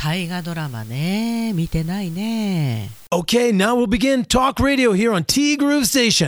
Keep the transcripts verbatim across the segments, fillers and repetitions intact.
大河ドラマね、見てないね。 Okay, now we'll begin Talk Radio here on T Groove Station.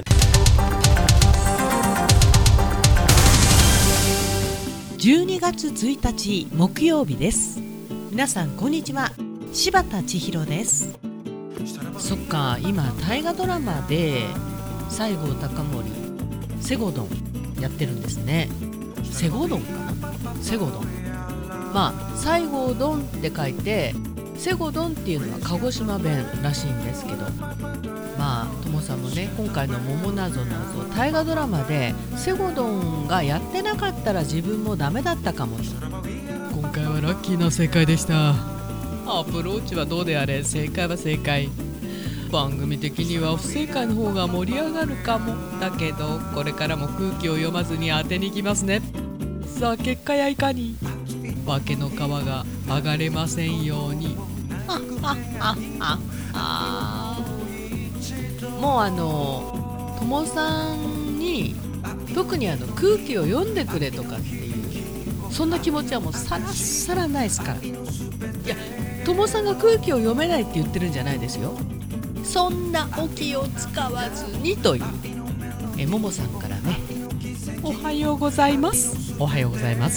じゅうにがつついたち木曜日です。皆さんこんにちは、柴田千尋です。そっか、今大河ドラマで西郷隆盛セゴドンやってるんですね。セゴドンかな、セゴドン、まあ西郷ドンって書いてセゴドンっていうのは鹿児島弁らしいんですけど、まあともさんもね、今回の桃なぞなぞ大河ドラマでセゴドンがやってなかったら自分もダメだったかもと。今回はラッキーな正解でした。アプローチはどうであれ正解は正解。番組的には不正解の方が盛り上がるかもだけど、これからも空気を読まずに当てに行きますね。さあ結果やいかに。化けの皮が剥がれませんように。もうあのともさんに特にあの空気を読んでくれとかっていうそんな気持ちはもうさらさらないですから。いや、ともさんが空気を読めないって言ってるんじゃないですよ。そんなお気を使わずにというえももさんからね、おはようございます。おはようございます。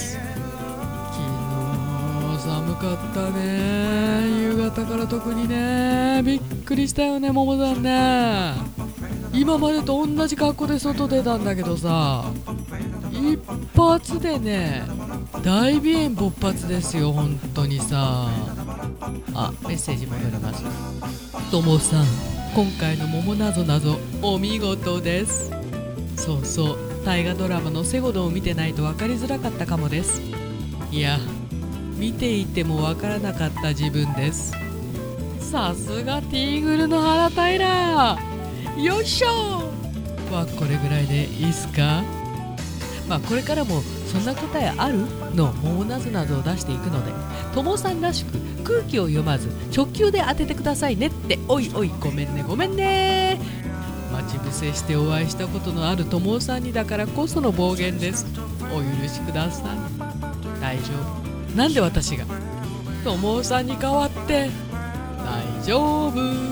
寒かったね、夕方から特にね。びっくりしたよね、ももさんね。今までと同じ格好で外出たんだけどさ、一発でね大鼻炎勃発ですよ、本当にさ。あ、メッセージ戻ります。ともさん、今回の桃なぞなぞお見事です。そうそう、大河ドラマのセゴドンを見てないと分かりづらかったかもです。いや、見ていてもわからなかった自分です。さすがティーグルの原平、よいしょはこれぐらいでいいっすか。まあこれからもそんな答えあるの桃なぞなぞを出していくので、ともさんらしく空気を読まず直球で当ててくださいねって。おいおい、ごめんねごめんね。待ち伏せしてお会いしたことのあるともさんにだからこその暴言です。お許しください。大丈夫。なんで私がともさんに代わって大丈夫。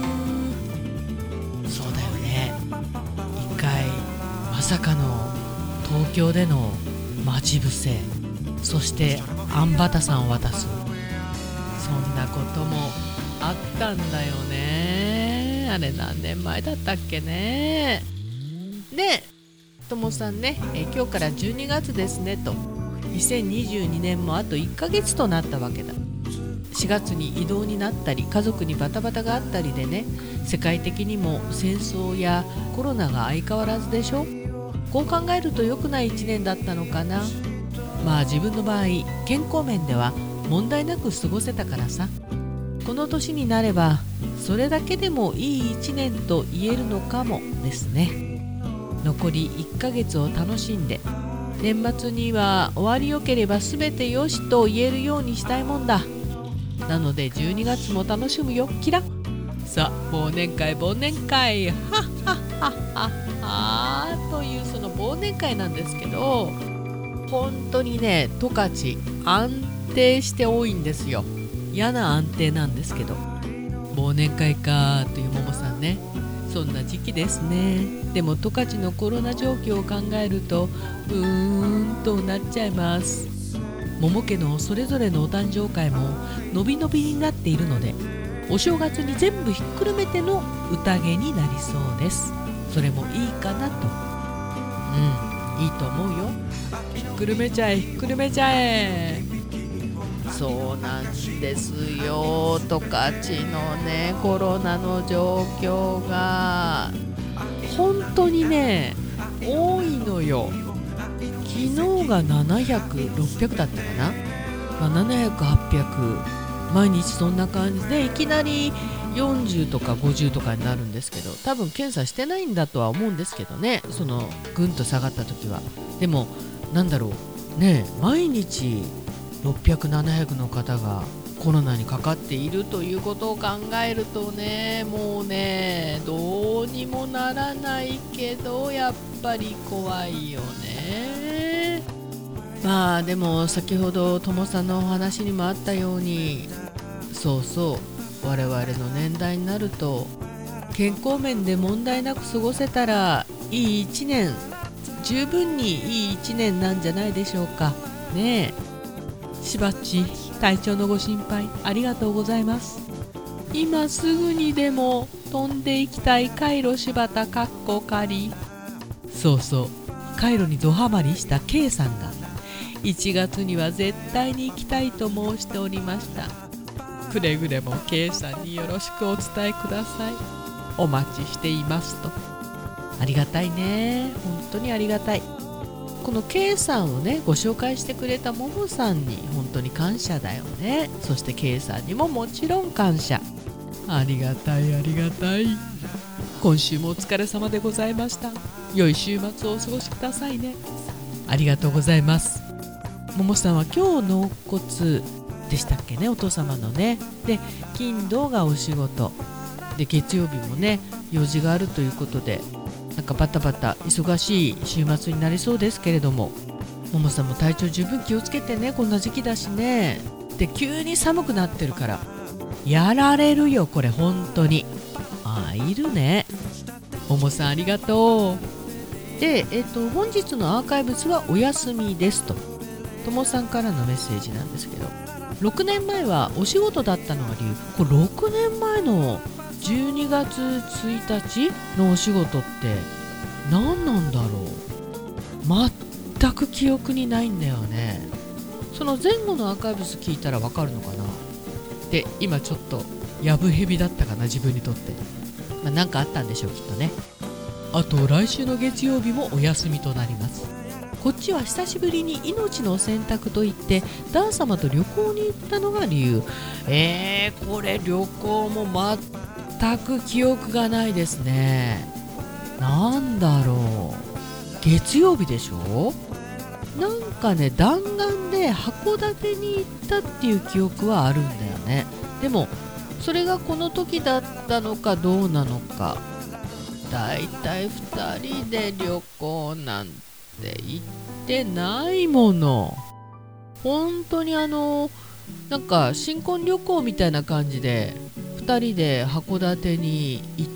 そうだよね、一回まさかの東京での待ち伏せ、そしてあんバタさんを渡す、そんなこともあったんだよね。あれ何年前だったっけね。でともさんね、え今日からじゅうにがつですねと、にせんにじゅうにねんもあといっかげつとなったわけだ。しがつに異動になったり家族にバタバタがあったりでね、世界的にも戦争やコロナが相変わらずでしょ。こう考えると良くないいちねんだったのかな。まあ自分の場合健康面では問題なく過ごせたからさ、この年になればそれだけでもいいいちねんと言えるのかもですね。残りいっかげつを楽しんで、年末には終わりよければ全てよしと言えるようにしたいもんだ。なのでじゅうにがつも楽しむよ、キラ。さあ忘年会忘年会、はっはっはっはっはというその忘年会なんですけど、本当にね十勝安定して多いんですよ。嫌な安定なんですけど、忘年会かというももさんね、そんな時期ですね。でも十勝のコロナ状況を考えるとうーんとなっちゃいます。桃家のそれぞれのお誕生会ものびのびになっているので、お正月に全部ひっくるめての宴になりそうです。それもいいかなと。うん、いいと思うよ。ひっくるめちゃえひっくるめちゃえ。そうなんですよ、十勝のねコロナの状況が本当にね多いのよ。昨日がななひゃく、ろっぴゃくだったかな、まあ、ななひゃく、はっぴゃく毎日そんな感じで、いきなりよんじゅうとかごじゅうとかになるんですけど、多分検査してないんだとは思うんですけどね、そのぐんと下がった時は。でもなんだろうね、毎日ろっぴゃく、ななひゃくの方がコロナにかかっているということを考えるとね、もうねどうにもならないけどやっぱり怖いよね。まあでも先ほどともさんのお話にもあったように、 そうそう、我々の年代になると健康面で問題なく過ごせたらいい一年、十分にいい一年なんじゃないでしょうかねえ。しばっち、体調のご心配ありがとうございます。今すぐにでも飛んでいきたいカイロ柴田かっこ仮。そうそう、カイロにドハマりした K さんがいちがつには絶対に行きたいと申しておりました。くれぐれも K さんによろしくお伝えください。お待ちしていますと。ありがたいね、本当にありがたい。この K さんをねご紹介してくれたももさんに本当に感謝だよね。そして K さんにももちろん感謝。ありがたいありがたい。今週もお疲れ様でございました。良い週末をお過ごしくださいね。ありがとうございます。ももさんは今日納骨でしたっけね、お父様のね。で金土がお仕事で、月曜日もね用事があるということで、なんかバタバタ忙しい週末になりそうですけれども、ももさんも体調十分気をつけてね、こんな時期だしね。で急に寒くなってるからやられるよこれ本当に。あ、いるね。ももさんありがとう。で、えっと本日のアーカイブスはお休みですと、ともさんからのメッセージなんですけど、ろくねんまえはお仕事だったのが理由。これろくねんまえのじゅうにがつついたちのお仕事って何なんだろう。全く記憶にないんだよね。その前後のアーカイブス聞いたらわかるのかな。で今ちょっとやぶへびだったかな自分にとって。まあ、なんかあったんでしょうきっとね。あと来週の月曜日もお休みとなります。こっちは久しぶりに命の選択といってダン様と旅行に行ったのが理由。えー、これ旅行も全く記憶がないですね。なんだろう、月曜日でしょ。なんかね弾丸で函館に行ったっていう記憶はあるんだよね。でもそれがこの時だったのかどうなのか。だいたいふたりで旅行なんて行ってないもの。本当にあのなんか新婚旅行みたいな感じでふたりで函館に行った、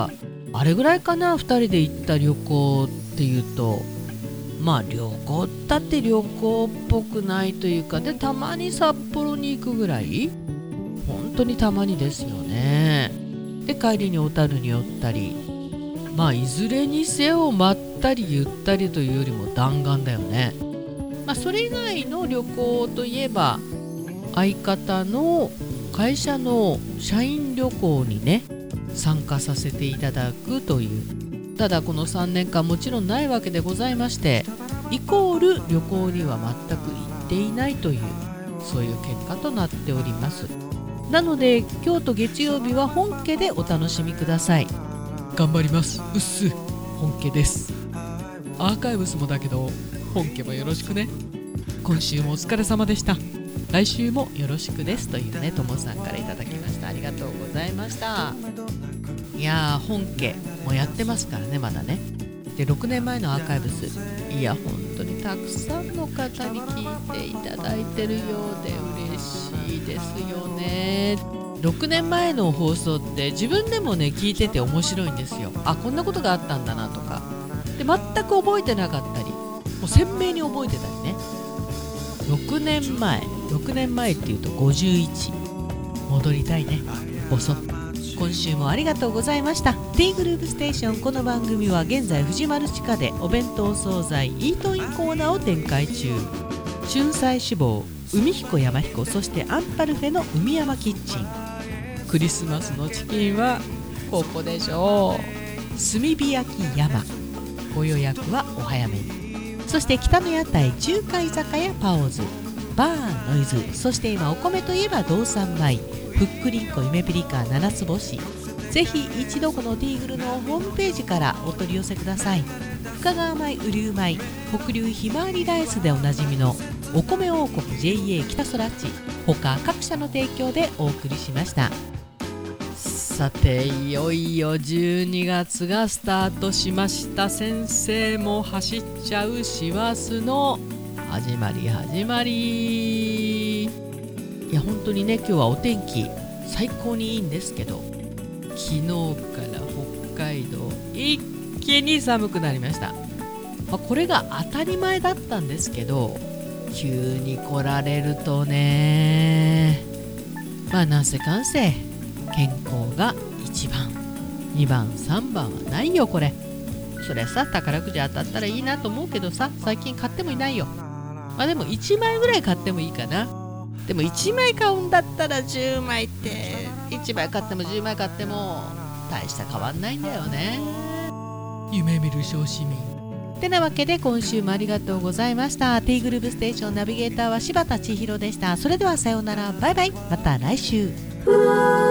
あれぐらいかな。ふたりで行った旅行っていうと、まあ旅行だって旅行っぽくないというかで、たまに札幌に行くぐらい、本当にたまにですよね。で帰りに小樽に寄ったり、まあいずれにせよまったりゆったりというよりも弾丸だよね。まあそれ以外の旅行といえば相方の会社の社員旅行にね参加させていただくという。ただこのさんねんかんもちろんないわけでございまして、イコール旅行には全く行っていないという、そういう結果となっております。なので今日と月曜日は本家でお楽しみください。頑張ります。うっす、本家です。アーカイブスもだけど本家もよろしくね。今週もお疲れ様でした。来週もよろしくですというね、ともさんからいただきました。ありがとうございました。いやー、本家もやってますからね、まだね。でろくねんまえのアーカイブス、いや本当にたくさんの方に聞いていただいてるようで嬉しいですよね。ろくねんまえの放送って自分でもね聞いてて面白いんですよ。あ、こんなことがあったんだなとかで、全く覚えてなかったり、もう鮮明に覚えてたりね。ろくねんまえろくねんまえっていうとごじゅういち、戻りたいね。ボソッ。今週もありがとうございました。 T グループステーション。この番組は現在藤丸地下でお弁当惣菜イートインコーナーを展開中。春菜志望、海彦山彦、そしてアンパルフェの海山キッチン。クリスマスのチキンはここでしょう。炭火焼き山。ご予約はお早めに。そして北の屋台中華居酒屋パオズ、バーノイズ、そして今お米といえば道産米、ふっくりんこ夢ピリカ七つ星。ぜひ一度このティーグルのホームページからお取り寄せください。深川米、雨竜米、北流ひまわりライスでおなじみのお米王国 ジェイエー 北空地他各社の提供でお送りしました。さていよいよじゅうにがつがスタートしました。先生も走っちゃう師走の始まり始まり。 いや本当にね今日はお天気最高にいいんですけど、昨日から北海道一気に寒くなりました。まあ、これが当たり前だったんですけど、急に来られるとね、まあなんせかんせ健康がいちばん、にばん、さんばんはないよこれ。それさ宝くじ当たったらいいなと思うけどさ、最近買ってもいないよ。まあでもいちまいぐらい買ってもいいかな。でもいちまい買うんだったらじゅうまいっていちまい買ってもじゅうまい買っても大した変わんないんだよね。夢見る小市民てなわけで今週もありがとうございました。 T グループステーションナビゲーターは柴田千尋でした。それではさようなら、バイバイ、また来週。